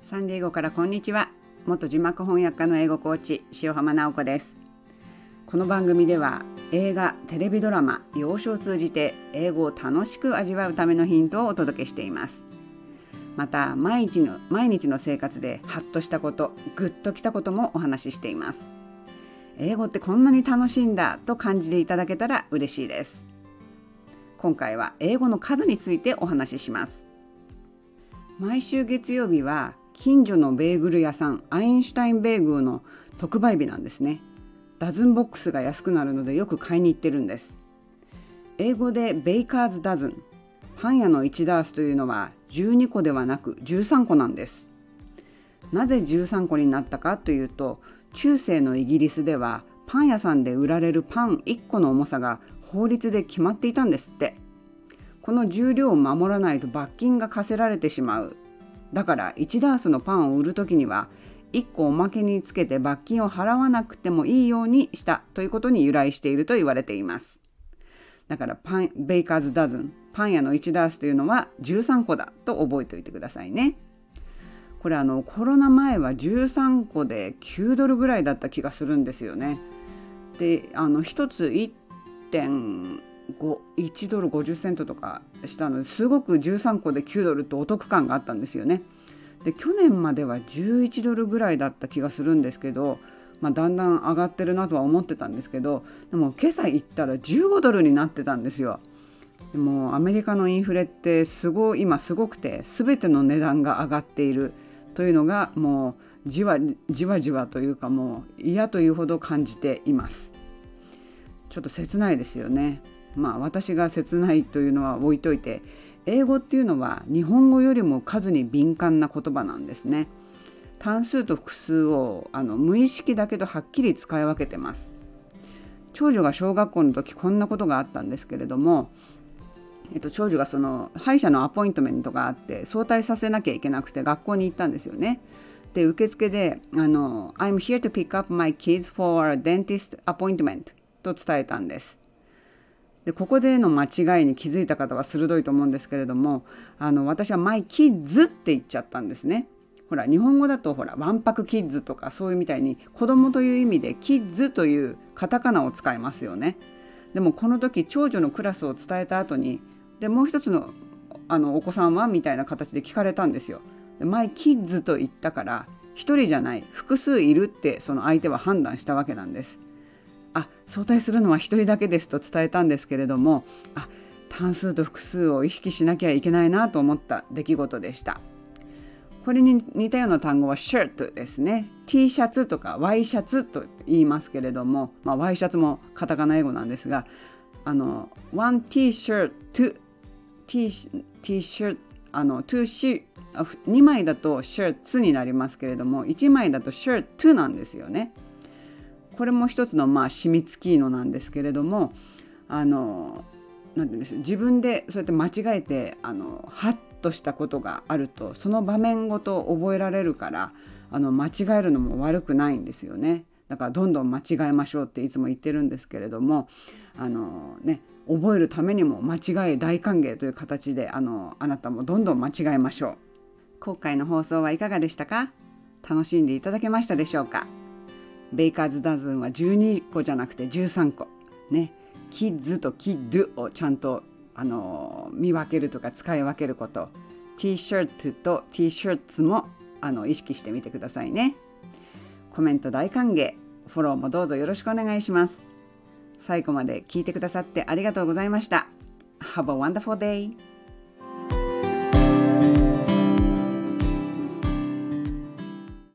サンディエゴからこんにちは。元字幕翻訳家の英語コーチ塩浜直子です。この番組では映画、テレビドラマ、洋書を通じて英語を楽しく味わうためのヒントをお届けしています。また毎日の生活でハッとしたこと、グッときたこともお話ししています。英語ってこんなに楽しいんだと感じていただけたら嬉しいです。今回は英語の数についてお話しします。毎週月曜日は近所のベーグル屋さんアインシュタインベーグルの特売日なんですね。ダズンボックスが安くなるのでよく買いに行ってるんです。英語でベイカーズダズン、パン屋の1ダースというのは12個ではなく13個なんです。なぜ13個になったかというと、中世のイギリスではパン屋さんで売られるパン1個の重さが法律で決まっていたんですって。この重量を守らないと罰金が課せられてしまう。だから1ダースのパンを売るときには1個おまけにつけて罰金を払わなくてもいいようにしたということに由来していると言われています。だからベイカーズダズン、パン屋の1ダースというのは13個だと覚えておいてくださいね。これコロナ前は13個で9ドルぐらいだった気がするんですよね。で1つ1ドル50セントとかしたので、すごく13個で9ドルとお得感があったんですよね。で去年までは11ドルぐらいだった気がするんですけど、だんだん上がってるなとは思ってたんですけど、でも今朝行ったら15ドルになってたんですよ。でもアメリカのインフレって今すごくて、全ての値段が上がっているというのがもうじわじわというか、もう嫌というほど感じています。ちょっと切ないですよね。私が切ないというのは置いといて、英語っていうのは日本語よりも数に敏感な言葉なんですね。単数と複数を無意識だけどはっきり使い分けてます。長女が小学校の時こんなことがあったんですけれども、長女が歯医者のアポイントメントがあって早退させなきゃいけなくて学校に行ったんですよね。で受付でI'm here to pick up my kids for a dentist appointment と伝えたんです。でここでの間違いに気づいた方は鋭いと思うんですけれども、私は my kids って言っちゃったんですね。日本語だとわんぱくキッズとかそういうみたいに子供という意味でキッズというカタカナを使いますよね。でもこの時長女のクラスを伝えた後に、でもう一つのお子さんはみたいな形で聞かれたんですよ。で my kids と言ったから一人じゃない複数いるってその相手は判断したわけなんです。早退するのは一人だけですと伝えたんですけれども、単数と複数を意識しなきゃいけないなと思った出来事でした。これに似たような単語は shirt ですね。 T シャツとか Y シャツと言いますけれども、Y シャツもカタカナ英語なんですが、one T-shirt T-shirt 2枚だと shirts になりますけれども、1枚だと shirt なんですよね。これも一つの染みつきのなんですけれども、なんて言うんでしょう、自分でそうやって間違えてハッとしたことがあると、その場面ごと覚えられるから間違えるのも悪くないんですよね。だからどんどん間違えましょうっていつも言ってるんですけれども、覚えるためにも間違い大歓迎という形であなたもどんどん間違えましょう。今回の放送はいかがでしたか？楽しんでいただけましたでしょうか？ベイカーズダズンは12個じゃなくて13個ね。キッズとキッドをちゃんと見分けるとか使い分けること、 T シャツと T シャツも意識してみてくださいね。コメント大歓迎、フォローもどうぞよろしくお願いします。最後まで聞いてくださってありがとうございました。Have a wonderful day!